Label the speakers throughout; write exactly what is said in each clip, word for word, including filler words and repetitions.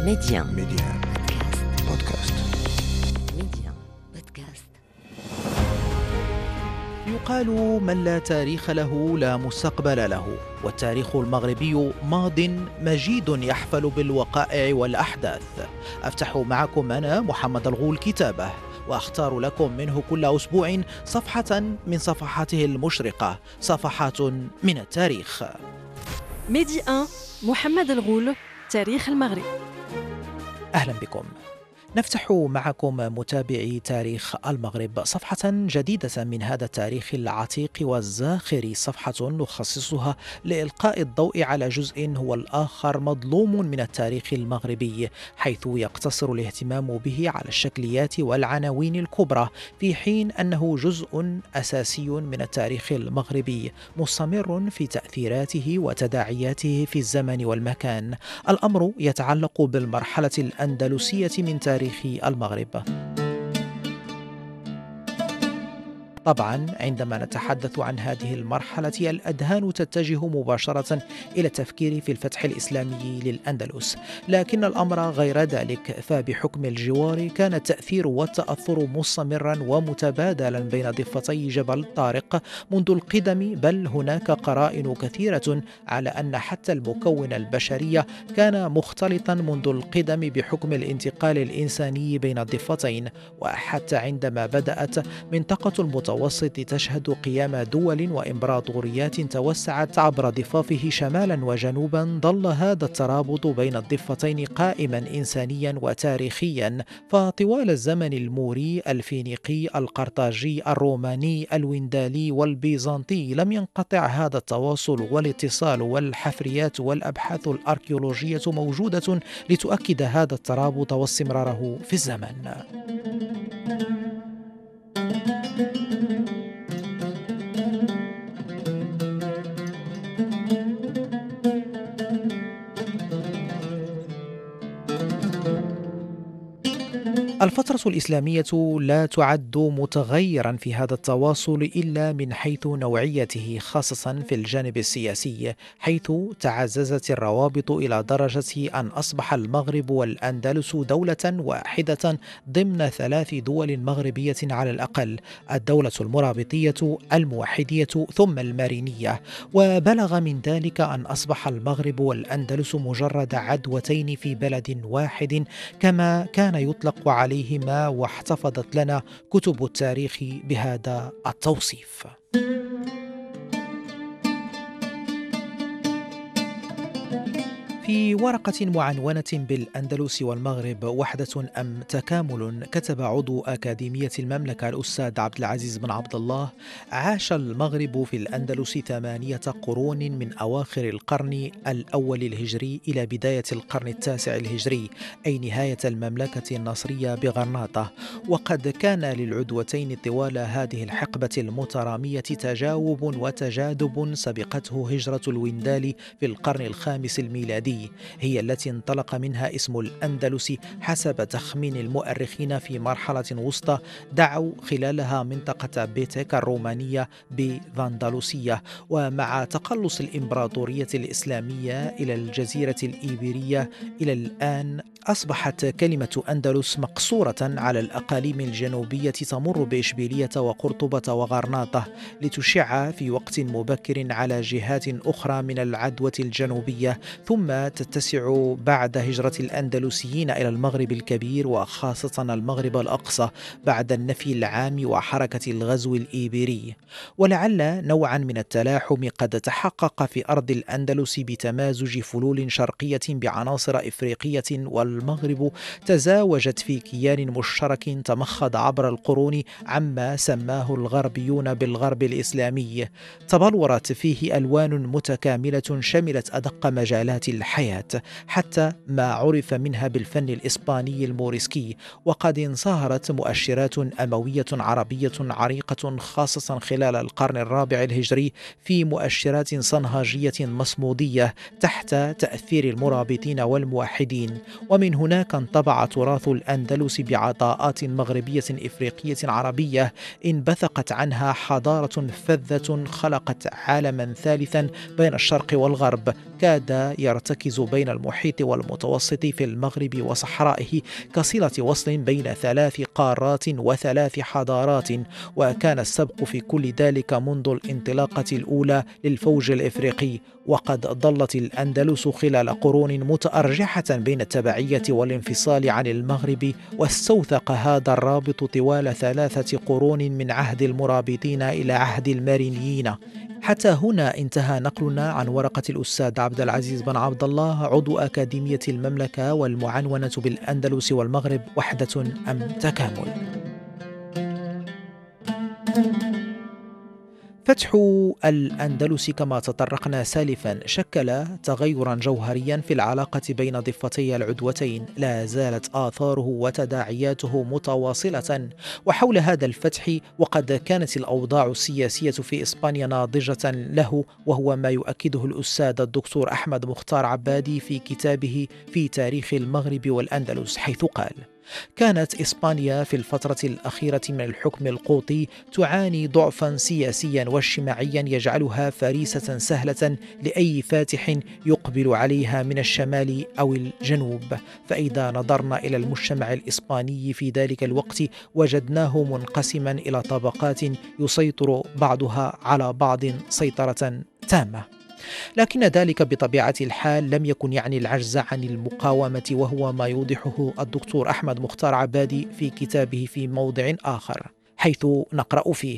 Speaker 1: ميديان
Speaker 2: ميديان بودكاست.
Speaker 1: ميديان بودكاست.
Speaker 3: يقال من لا تاريخ له لا مستقبل له، والتاريخ المغربي ماض مجيد يحفل بالوقائع والأحداث. أفتح معكم أنا محمد الغول كتابه، وأختار لكم منه كل أسبوع صفحة من صفحاته المشرقة، صفحات من التاريخ.
Speaker 4: ميدي واحد محمد الغول، تاريخ المغرب.
Speaker 3: أهلا بكم. نفتح معكم متابعي تاريخ المغرب صفحة جديدة من هذا التاريخ العتيق والزاخر، صفحة نخصصها لإلقاء الضوء على جزء هو الآخر مظلوم من التاريخ المغربي، حيث يقتصر الاهتمام به على الشكليات والعناوين الكبرى، في حين أنه جزء أساسي من التاريخ المغربي مستمر في تأثيراته وتداعياته في الزمن والمكان. الأمر يتعلق بالمرحلة الأندلسية من تاريخ المغرب. طبعا عندما نتحدث عن هذه المرحلة الأذهان تتجه مباشرة إلى التفكير في الفتح الإسلامي للأندلس، لكن الأمر غير ذلك، فبحكم الجوار كان التأثير والتأثر مستمرا ومتبادلا بين ضفتي جبل طارق منذ القدم، بل هناك قرائن كثيرة على أن حتى المكون البشري كان مختلطا منذ القدم بحكم الانتقال الإنساني بين الضفتين. وحتى عندما بدأت منطقة المتوسط المتوسط تشهد قيام دول وإمبراطوريات توسعت عبر ضفافه شمالا وجنوبا، ظل هذا الترابط بين الضفتين قائما إنسانيا وتاريخيا. فطوال الزمن الموري، الفينيقي، القرطاجي، الروماني، الوندالي والبيزنطي لم ينقطع هذا التواصل والاتصال، والحفريات والأبحاث الأركيولوجية موجودة لتؤكد هذا الترابط واستمراره في الزمن. الفترة الإسلامية لا تعد متغيرا في هذا التواصل إلا من حيث نوعيته، خاصة في الجانب السياسي، حيث تعززت الروابط إلى درجة أن أصبح المغرب والأندلس دولة واحدة ضمن ثلاث دول مغربية على الأقل: الدولة المرابطية، الموحدية، ثم المارينية. وبلغ من ذلك أن أصبح المغرب والأندلس مجرد عدوتين في بلد واحد، كما كان يطلق عليهما، واحتفظت لنا كتب التاريخ بهذا التوصيف. في ورقة معنونة بالأندلس والمغرب، وحدة أم تكامل، كتب عضو أكاديمية المملكة الأستاذ عبد العزيز بن عبد الله: عاش المغرب في الأندلس ثمانية قرون من أواخر القرن الأول الهجري إلى بداية القرن التاسع الهجري، أي نهاية المملكة النصرية بغرناطة. وقد كان للعدوتين طوال هذه الحقبة المترامية تجاوب وتجاذب سبقته هجرة الوندال في القرن الخامس الميلادي، هي التي انطلق منها اسم الأندلس حسب تخمين المؤرخين في مرحلة وسطى دعوا خلالها منطقة بيتك الرومانية بفاندالوسية. ومع تقلص الإمبراطورية الإسلامية إلى الجزيرة الإيبيرية إلى الآن، أصبحت كلمة أندلس مقصورة على الأقاليم الجنوبية تمر بإشبيلية وقرطبة وغرناطة، لتشع في وقت مبكر على جهات أخرى من العدوى الجنوبية، ثم تتسع بعد هجرة الأندلسيين إلى المغرب الكبير، وخاصة المغرب الأقصى، بعد النفي العام وحركة الغزو الإيبيري. ولعل نوعا من التلاحم قد تحقق في أرض الأندلس بتمازج فلول شرقية بعناصر إفريقية، والمغرب تزاوجت في كيان مشترك تمخض عبر القرون عما سماه الغربيون بالغرب الإسلامي. تبلورت فيه ألوان متكاملة شملت أدق مجالات الحياة، حتى ما عرف منها بالفن الإسباني الموريسكي. وقد انصهرت مؤشرات أموية عربية عريقة، خاصة خلال القرن الرابع الهجري، في مؤشرات صنهاجية مصمودية تحت تأثير المرابطين والموحدين. ومن هناك انطبع تراث الأندلس بعطاءات مغربية إفريقية عربية انبثقت عنها حضارة فذة خلقت عالما ثالثا بين الشرق والغرب، كاد يرتكز بين المحيط والمتوسط في المغرب وصحرائه كصلة وصل بين ثلاث قارات وثلاث حضارات، وكان السبق في كل ذلك منذ الانطلاقة الأولى للفوج الإفريقي. وقد ظلت الأندلس خلال قرون متأرجحة بين التبعية والانفصال عن المغرب، واستوثق هذا الرابط طوال ثلاثة قرون من عهد المرابطين إلى عهد المارينيين. حتى هنا انتهى نقلنا عن ورقة الأستاذ عبد العزيز بن عبد الله عضو أكاديمية المملكة والمعنونة بالأندلس والمغرب وحدة أم تكامل. فتح الأندلس كما تطرقنا سالفا شكل تغيرا جوهريا في العلاقة بين ضفتي العدوتين، لا زالت آثاره وتداعياته متواصلة. وحول هذا الفتح، وقد كانت الأوضاع السياسية في إسبانيا ناضجة له، وهو ما يؤكده الأستاذ الدكتور أحمد مختار عبادي في كتابه في تاريخ المغرب والأندلس، حيث قال: كانت إسبانيا في الفترة الأخيرة من الحكم القوطي تعاني ضعفا سياسيا واجتماعيا يجعلها فريسة سهلة لأي فاتح يقبل عليها من الشمال أو الجنوب. فإذا نظرنا إلى المجتمع الإسباني في ذلك الوقت وجدناه منقسما إلى طبقات يسيطر بعضها على بعض سيطرة تامة. لكن ذلك بطبيعة الحال لم يكن يعني العجز عن المقاومة، وهو ما يوضحه الدكتور أحمد مختار عبادي في كتابه في موضع آخر، حيث نقرأ فيه: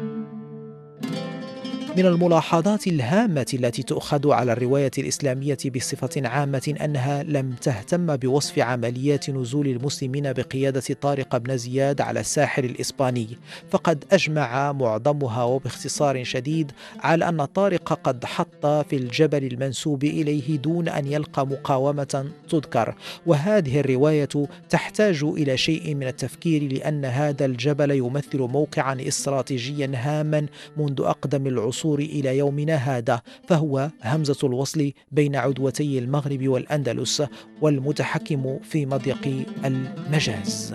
Speaker 3: من الملاحظات الهامة التي تؤخذ على الرواية الإسلامية بصفة عامة أنها لم تهتم بوصف عمليات نزول المسلمين بقيادة طارق بن زياد على الساحل الإسباني، فقد أجمع معظمها وباختصار شديد على أن طارق قد حط في الجبل المنسوب إليه دون أن يلقى مقاومة تذكر. وهذه الرواية تحتاج إلى شيء من التفكير، لأن هذا الجبل يمثل موقعا استراتيجيا هاما منذ أقدم العصور إلى يومنا هذا، فهو همزة الوصل بين عدوتي المغرب والأندلس والمتحكم في مضيق المجاز.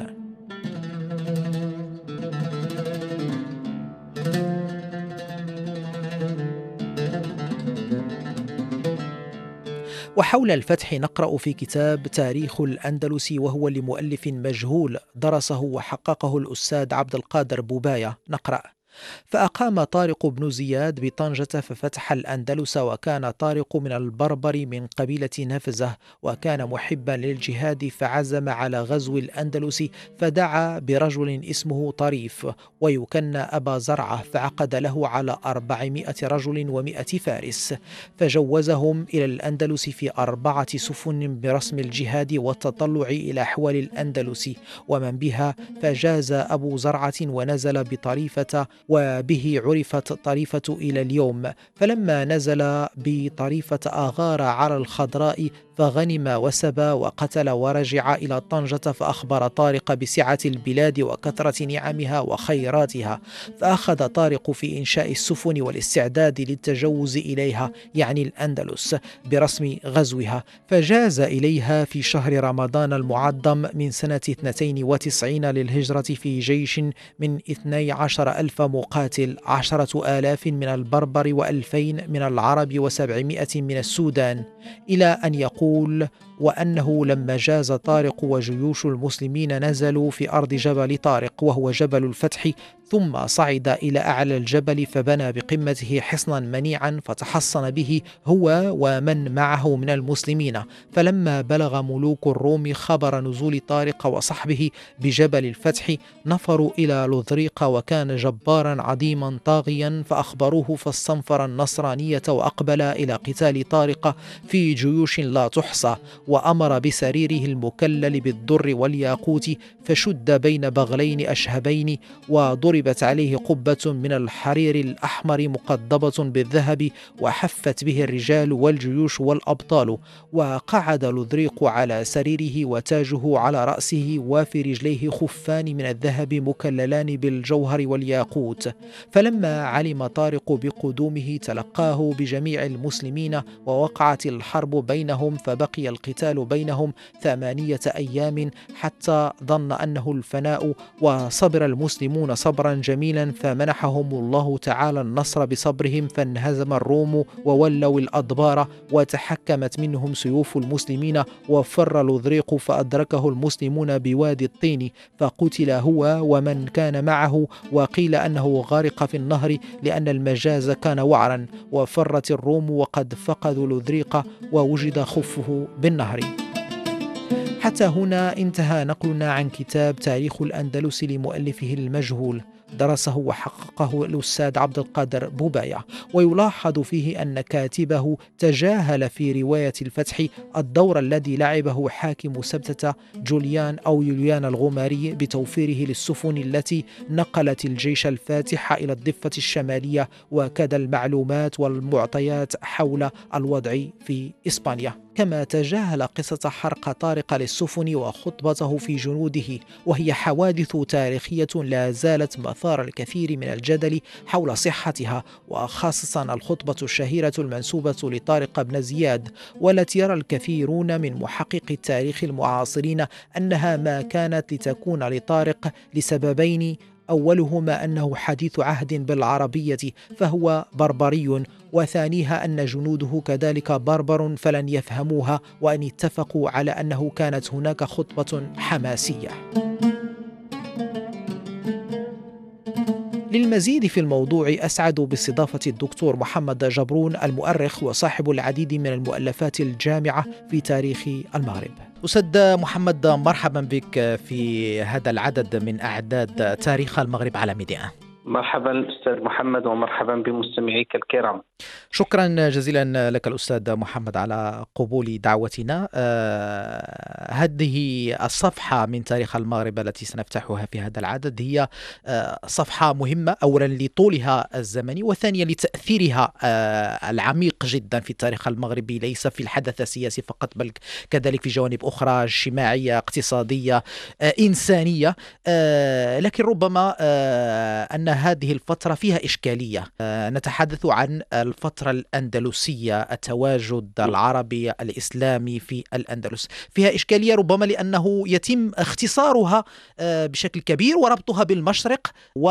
Speaker 3: وحول الفتح نقرأ في كتاب تاريخ الأندلس، وهو لمؤلف مجهول درسه وحققه الأستاذ عبد القادر بوباية، نقرأ: فأقام طارق بن زياد بطنجة ففتح الأندلس، وكان طارق من البربر من قبيلة نفزة، وكان محبا للجهاد، فعزم على غزو الأندلس، فدعا برجل اسمه طريف ويكنى أبا زرعة، فعقد له على أربعمائة رجل ومائة فارس، فجوزهم إلى الأندلس في أربعة سفن برسم الجهاد والتطلع إلى أحوال الأندلس ومن بها، فجاز أبو زرعة ونزل بطريفة، وبه عرفت طريفة إلى اليوم. فلما نزل بطريفة أغار على الخضراء فغنم وسبى وقتل ورجع إلى طنجة، فأخبر طارق بسعة البلاد وكثرة نعمها وخيراتها، فأخذ طارق في إنشاء السفن والاستعداد للتجوز إليها، يعني الأندلس، برسم غزوها، فجاز إليها في شهر رمضان المعظم من سنة اثنتين وتسعين للهجرة في جيش من اثني عشر ألف مقاتل، عشرة آلاف من البربر وألفين من العرب وسبعمائة من السودان، إلى أن يقول: وأنه لما جاز طارق وجيوش المسلمين نزلوا في أرض جبل طارق، وهو جبل الفتح، ثم صعد إلى أعلى الجبل فبنى بقمته حصنا منيعا فتحصن به هو ومن معه من المسلمين. فلما بلغ ملوك الروم خبر نزول طارق وصحبه بجبل الفتح نفروا إلى لذريق، وكان جبارا عظيما طاغيا، فأخبروه فاستنفر النصرانية وأقبل إلى قتال طارق في جيوش لا تحصى، وأمر بسريره المكلل بالدر والياقوت، فشد بين بغلين أشهبين، وضربت عليه قبة من الحرير الأحمر مقضبة بالذهب، وحفت به الرجال والجيوش والأبطال، وقعد لذريق على سريره وتاجه على رأسه، وفي رجليه خفان من الذهب مكللان بالجوهر والياقوت. فلما علم طارق بقدومه تلقاه بجميع المسلمين، ووقعت الحرب بينهم، فبقي القتال القتال بينهم ثمانية أيام حتى ظن أنه الفناء، وصبر المسلمون صبرا جميلا فمنحهم الله تعالى النصر بصبرهم، فانهزم الروم وولوا الأدبار وتحكمت منهم سيوف المسلمين، وفر لذريق فأدركه المسلمون بوادي الطين فقتل هو ومن كان معه، وقيل أنه غارق في النهر لأن المجاز كان وعرا، وفرت الروم وقد فقدوا لذريق ووجد خفه بالنهر. حتى هنا انتهى نقلنا عن كتاب تاريخ الأندلس لمؤلفه المجهول، درسه وحققه الأستاذ عبد القادر بوبايع، ويلاحظ فيه أن كاتبه تجاهل في رواية الفتح الدور الذي لعبه حاكم سبتة جوليان أو يوليان الغماري بتوفيره للسفن التي نقلت الجيش الفاتح إلى الضفة الشمالية، وكذا المعلومات والمعطيات حول الوضع في إسبانيا، كما تجاهل قصة حرق طارق للسفن وخطبته في جنوده، وهي حوادث تاريخية لا زالت مثار الكثير من الجدل حول صحتها، وخاصة الخطبة الشهيرة المنسوبة لطارق بن زياد، والتي يرى الكثيرون من محقق التاريخ المعاصرين أنها ما كانت لتكون لطارق لسببين: أولهما أنه حديث عهد بالعربية فهو بربري، وثانيها أن جنوده كذلك بربر فلن يفهموها، وأن اتفقوا على أنه كانت هناك خطبة حماسية. للمزيد في الموضوع أسعد باستضافة الدكتور محمد جبرون المؤرخ وصاحب العديد من المؤلفات الجامعة في تاريخ المغرب. أستاذ محمد، مرحبا بك في هذا العدد من أعداد تاريخ المغرب على ميديا.
Speaker 5: مرحبا أستاذ محمد ومرحبا بمستمعيك الكرام.
Speaker 3: شكرا جزيلا لك الأستاذ محمد على قبول دعوتنا. آه هذه الصفحة من تاريخ المغرب التي سنفتحها في هذا العدد هي آه صفحة مهمة، أولا لطولها الزمني، وثانيا لتأثيرها آه العميق جدا في التاريخ المغربي، ليس في الحدث السياسي فقط بل كذلك في جوانب أخرى اجتماعية اقتصادية آه إنسانية. آه لكن ربما آه أن هذه الفترة فيها إشكالية. آه نتحدث عن الفترة الأندلسية، التواجد العربي الإسلامي في الأندلس، فيها إشكالية ربما لأنه يتم اختصارها آه بشكل كبير وربطها بالمشرق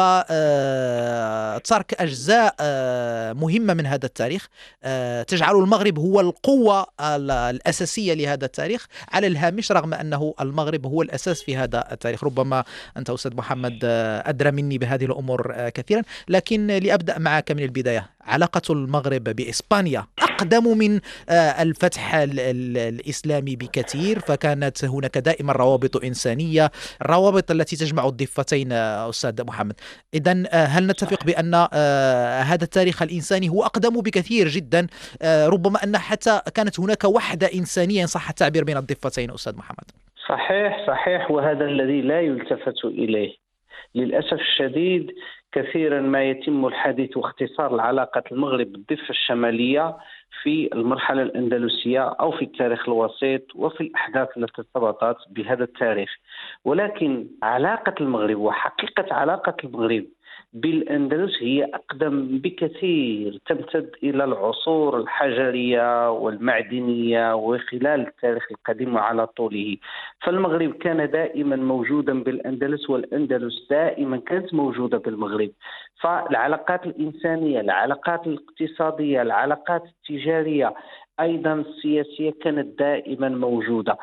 Speaker 3: وترك أجزاء آه مهمة من هذا التاريخ آه تجعل المغرب هو القوة الأساسية لهذا التاريخ على الهامش، رغم أنه المغرب هو الأساس في هذا التاريخ. ربما أنت أستاذ محمد أدرى مني بهذه الأمور كثيرا، لكن لأبدأ معك من البداية. علاقة المغرب بإسبانيا أقدم من الفتح الإسلامي بكثير، فكانت هناك دائما روابط إنسانية، الروابط التي تجمع الضفتين أستاذ محمد. إذن هل نتفق بأن هذا التاريخ الإنساني هو أقدم بكثير جدا، ربما أن حتى كانت هناك وحدة إنسانية إن صح التعبير بين الضفتين أستاذ محمد؟
Speaker 5: صحيح صحيح، وهذا الذي لا يلتفت إليه للأسف الشديد. كثيرا ما يتم الحديث واختصار العلاقة المغرب بالضفة الشمالية في المرحلة الأندلسية أو في التاريخ الوسيط وفي الأحداث التي ارتبطت بهذا التاريخ، ولكن علاقة المغرب وحقيقة علاقة المغرب بالأندلس هي أقدم بكثير، تمتد إلى العصور الحجرية والمعدنية وخلال التاريخ القديم على طوله. فالمغرب كان دائما موجودا بالأندلس، والأندلس دائما كانت موجودة بالمغرب. فالعلاقات الإنسانية، العلاقات الاقتصادية، العلاقات التجارية، أيضا السياسية كانت دائما موجودة.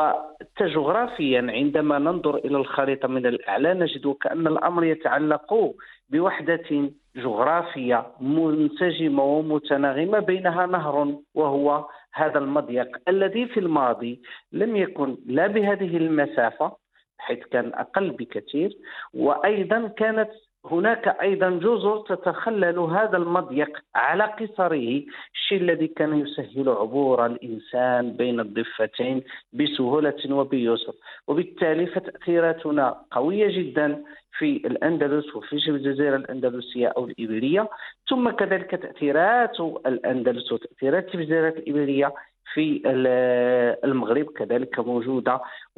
Speaker 5: فجغرافيا عندما ننظر إلى الخريطة من الأعلى نجد كأن الأمر يتعلق بوحدة جغرافية منسجمة ومتناغمة، بينها نهر وهو هذا المضيق الذي في الماضي لم يكن لا بهذه المسافة حيث كان أقل بكثير، وأيضا كانت هناك أيضا جزر تتخلل هذا المضيق على قصره، الشيء الذي كان يسهل عبور الإنسان بين الضفتين بسهولة وبيسر. وبالتالي فتأثيراتنا قوية جدا في الأندلس وفي الجزيرة الأندلسية أو الإبرية، ثم كذلك تأثيرات الأندلس وتأثيرات الجزيرة الإبرية في المغرب كذلك موجودة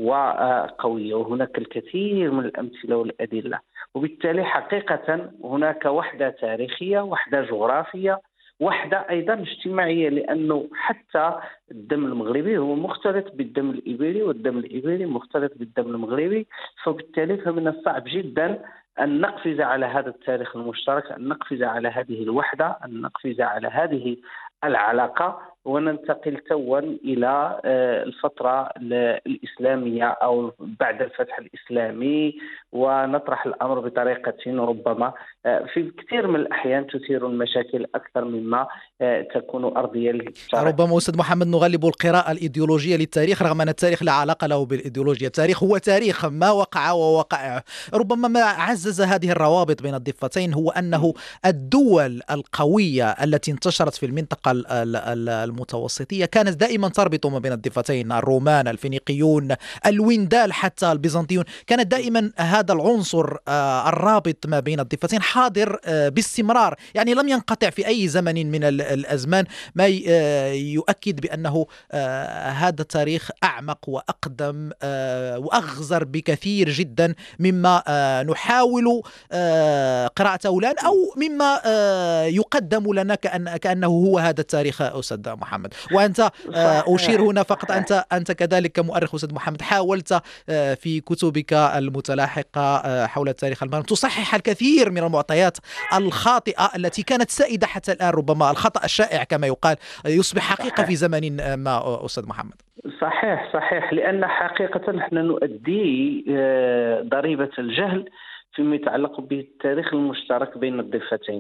Speaker 5: وقوية، وهناك الكثير من الأمثلة والأدلة. وبالتالي حقيقة هناك وحدة تاريخية، وحدة جغرافية، وحدة أيضا اجتماعية، لأنه حتى الدم المغربي هو مختلط بالدم الإيبيري، والدم الإيبيري مختلط بالدم المغربي، فبالتالي فمن الصعب جدا أن نقفز على هذا التاريخ المشترك، أن نقفز على هذه الوحدة، أن نقفز على هذه العلاقة، وننتقل توا إلى الفترة الإسلامية أو بعد الفتح الإسلامي، ونطرح الأمر بطريقة ربما في كثير من الأحيان تثير المشاكل أكثر مما تكون أرضية للتاريخ.
Speaker 3: ربما أستاذ محمد نغلب القراءة الإيديولوجية للتاريخ، رغم أن التاريخ لا علاقة له بالإيديولوجيا. التاريخ هو تاريخ، ما وقع ووقائعه. ربما ما عزز هذه الروابط بين الضفتين هو أنه الدول القوية التي انتشرت في المنطقة المتوسطية كانت دائما تربط ما بين الضفتين، الرومان، الفينيقيون، الويندال، حتى البيزنطيون، كانت دائما هذا العنصر الرابط ما بين الضفتين حاضر باستمرار، يعني لم ينقطع في أي زمن من الأزمان، ما يؤكد بأنه هذا التاريخ أعمق وأقدم وأغزر بكثير جدا مما نحاول قراءته الآن، أو مما يقدم لنا كأن كأنه هو هذا التاريخ أستاذ محمد. وأنت أشير هنا فقط، أنت أنت كذلك كمؤرخ أستاذ محمد حاولت في كتبك المتلاحقة حول التاريخ المغربي تصحح الكثير من المعطيات الخاطئة التي كانت سائدة حتى الآن. ربما الخطأ الشائع كما يقال يصبح حقيقة في زمن ما أستاذ محمد.
Speaker 5: صحيح صحيح، لأن حقيقة نحن نؤدي ضريبة الجهل فيما يتعلق بالتاريخ المشترك بين الضفتين.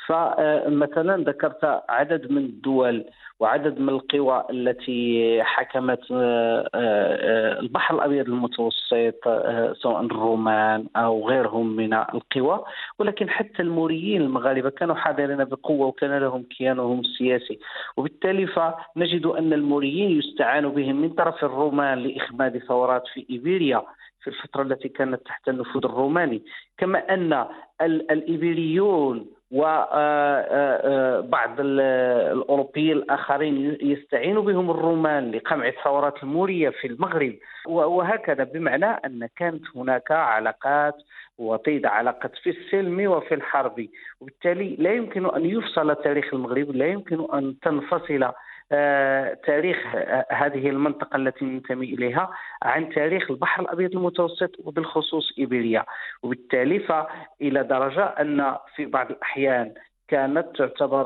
Speaker 5: فمثلا ذكرت عدد من الدول وعدد من القوى التي حكمت البحر الأبيض المتوسط، سواء الرومان أو غيرهم من القوى، ولكن حتى الموريين المغاربة كانوا حاضرين بقوة وكان لهم كيانهم السياسي، وبالتالي فنجد أن الموريين يستعان بهم من طرف الرومان لإخماد ثورات في إيبيريا في الفترة التي كانت تحت النفوذ الروماني، كما أن الإيبيريون وبعض الأوروبيين الآخرين يستعين بهم الرومان لقمع الثورات المورية في المغرب، وهكذا، بمعنى أن كانت هناك علاقات وطيدة، علاقات في السلم وفي الحرب، وبالتالي لا يمكن أن يفصل تاريخ المغرب، لا يمكن أن تنفصل تاريخ هذه المنطقة التي ننتمي إليها عن تاريخ البحر الأبيض المتوسط وبالخصوص إيبيريا. وبالتالي فإلى درجة أن في بعض الأحيان كانت تعتبر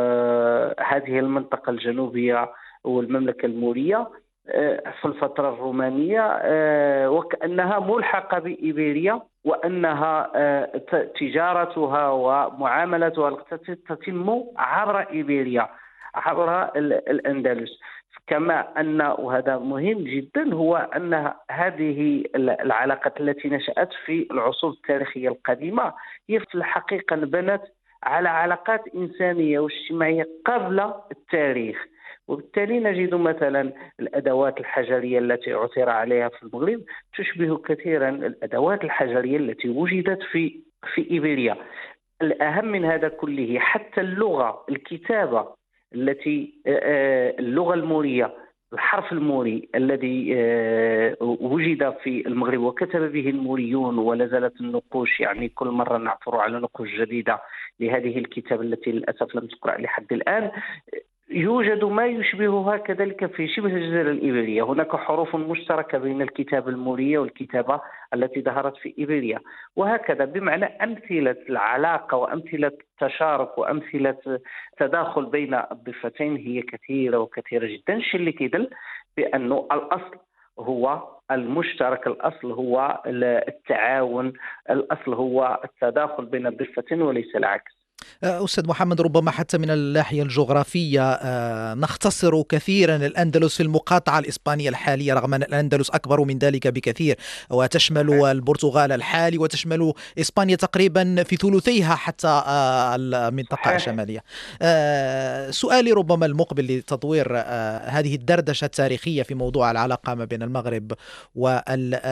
Speaker 5: هذه المنطقة الجنوبية والمملكة المورية في الفترة الرومانية وكأنها ملحقة بإيبيريا، وأنها تجارتها ومعاملتها تتم عبر إيبيريا، عبر الأندلس. كما أن، وهذا مهم جدا، هو أن هذه العلاقات التي نشأت في العصور التاريخية القديمة هي في الحقيقة انبنت على علاقات إنسانية واجتماعية قبل التاريخ. وبالتالي نجد مثلا الأدوات الحجرية التي عثر عليها في المغرب تشبه كثيرا الأدوات الحجرية التي وجدت في في إيبيريا. الأهم من هذا كله حتى اللغة، الكتابة التي اللغة المورية، الحرف الموري الذي وجد في المغرب وكتب به الموريون، ولا زالت النقوش، يعني كل مرة نعثر على نقوش جديدة لهذه الكتابة التي للأسف لم تقرأ لحد الآن، يوجد ما يشبهها كذلك في شبه الجزيرة الإيبيرية. هناك حروف مشتركة بين الكتابة المورية والكتابة التي ظهرت في إيبيريا، وهكذا، بمعنى أمثلة العلاقة وأمثلة التشارك وأمثلة تداخل بين الضفتين هي كثيرة وكثيرة جدا، الشيء اللي كيدل بأنه الأصل هو المشترك، الأصل هو التعاون، الأصل هو التداخل بين الضفتين وليس العكس.
Speaker 3: أستاذ محمد، ربما حتى من الناحية الجغرافية نختصر كثيرا الأندلس في المقاطعة الإسبانية الحالية، رغم أن الأندلس أكبر من ذلك بكثير وتشمل البرتغال الحالي وتشمل إسبانيا تقريبا في ثلثيها حتى المنطقة الشمالية. سؤالي ربما المقبل لتطوير هذه الدردشة التاريخية في موضوع العلاقة ما بين المغرب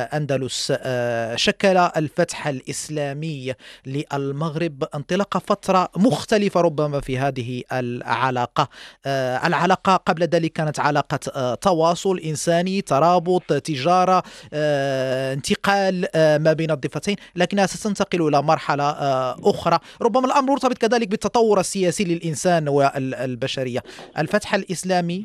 Speaker 3: والأندلس، شكل الفتح الإسلامي للمغرب انطلاق فترة فترة مختلفة ربما في هذه العلاقة. العلاقة قبل ذلك كانت علاقة تواصل إنساني، ترابط، تجارة، انتقال ما بين الضفتين، لكنها ستنتقل إلى مرحلة أخرى. ربما الأمر مرتبط كذلك بالتطور السياسي للإنسان والبشرية. الفتح الإسلامي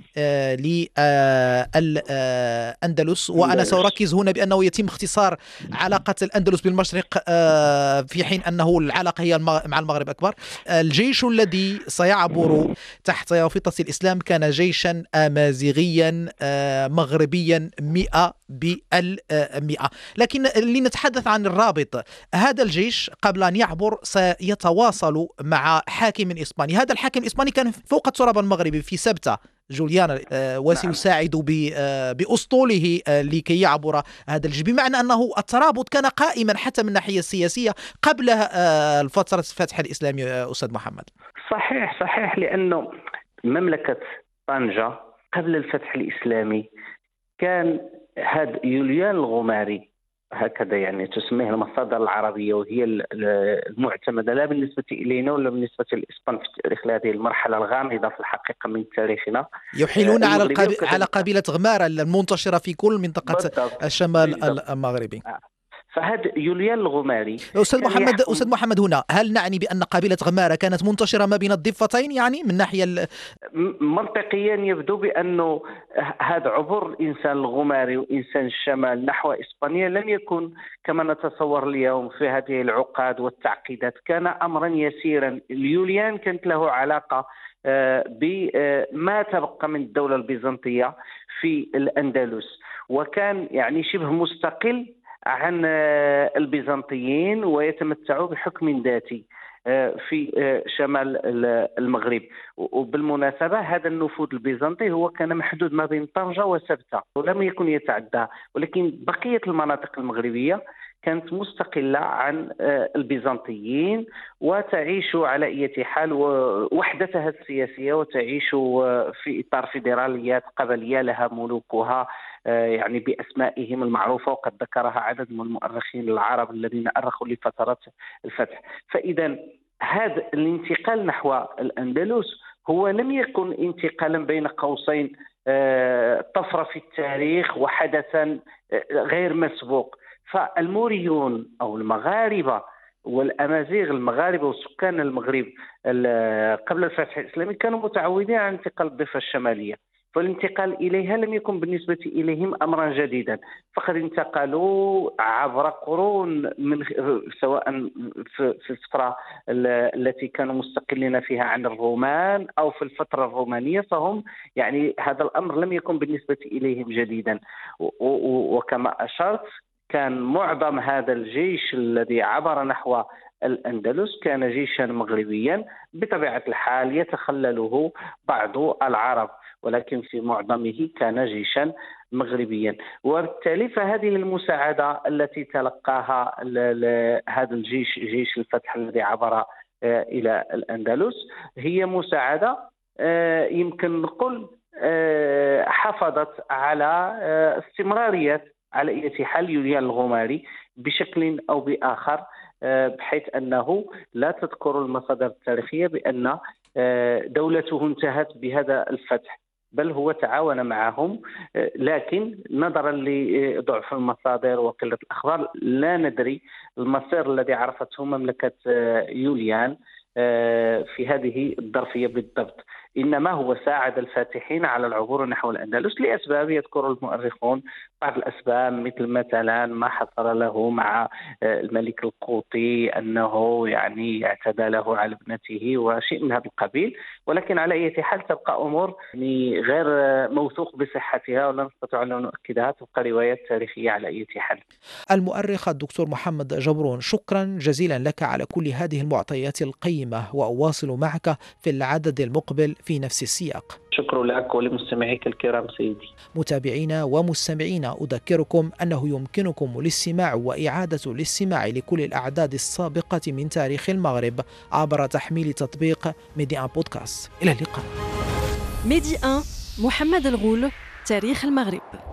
Speaker 3: للأندلس، وأنا سأركز هنا بأنه يتم اختصار علاقة الأندلس بالمشرق في حين أنه العلاقة هي مع المغرب أكبر. الجيش الذي سيعبر تحت يافطة الإسلام كان جيشا أمازيغيا مغربيا مئة بالمئة. لكن لنتحدث عن الرابط، هذا الجيش قبل أن يعبر سيتواصل مع حاكم إسباني. هذا الحاكم الإسباني كان فوق التراب المغربي في سبتة، جوليان، وسيساعد بأسطوله لكي يعبر هذا الجيش، بمعنى أنه الترابط كان قائما حتى من الناحية السياسية قبل فترة الفتح الإسلامي. أستاذ محمد،
Speaker 5: صحيح صحيح لأنه مملكة طنجة قبل الفتح الإسلامي كان هذا يوليان الغماري، هكذا يعني تسميه المصادر العربية، وهي المعتمدة لا بالنسبة إلينا ولا بالنسبة للإسبان في التاريخ لهذه المرحلة الغامضة في الحقيقة من تاريخنا.
Speaker 3: يحيلون على القب... على قبيلة غمارة المنتشرة في كل منطقة بالضبط. الشمال بالضبط. المغربي.
Speaker 5: فهذا يوليان الغماري.
Speaker 3: أستاذ محمد يحكم... أستاذ محمد هنا هل نعني بأن قبيلة غمارة كانت منتشرة ما بين الضفتين، يعني من ناحية ال...
Speaker 5: منطقيا يبدو بأنه هذا عبور الإنسان الغماري وإنسان الشمال نحو إسبانيا لم يكن كما نتصور اليوم في هذه العقاد والتعقيدات، كان أمرا يسيرا. اليوليان كانت له علاقة بما تبقى من الدولة البيزنطية في الأندلس، وكان يعني شبه مستقل عن البيزنطيين ويتمتع بحكم ذاتي في شمال المغرب. وبالمناسبة هذا النفوذ البيزنطي هو كان محدود ما بين طنجة وسبتة ولم يكن يتعدى، ولكن بقية المناطق المغربية كانت مستقلة عن البيزنطيين وتعيش على أي حال وحدتها السياسية، وتعيش في إطار فيدراليات قبلية لها ملوكها يعني بأسمائهم المعروفة، وقد ذكرها عدد من المؤرخين العرب الذين أرخوا لفترات الفتح. فإذا هذا الانتقال نحو الأندلس هو لم يكن انتقالا بين قوسين طفرة في التاريخ وحدثا غير مسبوق. فالموريون أو المغاربة والأمازيغ المغاربة وسكان المغرب قبل الفتح الإسلامي كانوا متعودين على انتقال الضفة الشمالية، فالانتقال إليها لم يكن بالنسبة إليهم أمرا جديدا، فقد انتقلوا عبر قرون من سواء في الفترة التي كانوا مستقلين فيها عن الرومان أو في الفترة الرومانية، فهم يعني هذا الأمر لم يكن بالنسبة إليهم جديدا. وكما أشرت كان معظم هذا الجيش الذي عبر نحو الأندلس كان جيشا مغربيا بطبيعة الحال يتخلله بعض العرب، ولكن في معظمه كان جيشا مغربيا. وبالتالي فهذه المساعدة التي تلقاها هذا الجيش جيش الفتح الذي عبر إلى الأندلس هي مساعدة يمكن نقول حافظت على استمرارية على أي حال يوليان الغماري بشكل أو بآخر، بحيث أنه لا تذكر المصادر التاريخية بأن دولته انتهت بهذا الفتح، بل هو تعاون معهم. لكن نظرا لضعف المصادر وقلة الأخبار لا ندري المصير الذي عرفته مملكة يوليان في هذه الظرفية بالضبط، إنما هو ساعد الفاتحين على العبور نحو الأندلس لأسباب يذكر المؤرخون بعض الأسباب، مثل مثلا ما حصل له مع الملك القوطي أنه يعني اعتدى له على ابنته وشيء من هذا القبيل. ولكن على أي حال تبقى أمور يعني غير موثوق بصحتها ولا نستطيع أن نؤكدها، تبقى روايات تاريخية على أي حال.
Speaker 3: المؤرخ الدكتور محمد جبرون، شكرا جزيلا لك على كل هذه المعطيات القيمة، وأواصل معك في العدد المقبل في نفس السياق.
Speaker 5: شكرا لك ولمستمعيك الكرام سيدي.
Speaker 3: متابعينا ومستمعينا، أذكركم أنه يمكنكم الاستماع وإعادة الاستماع لكل الأعداد السابقة من تاريخ المغرب عبر تحميل تطبيق ميدي آن بودكاست. إلى اللقاء.
Speaker 4: ميدي آن، محمد الغول، تاريخ المغرب.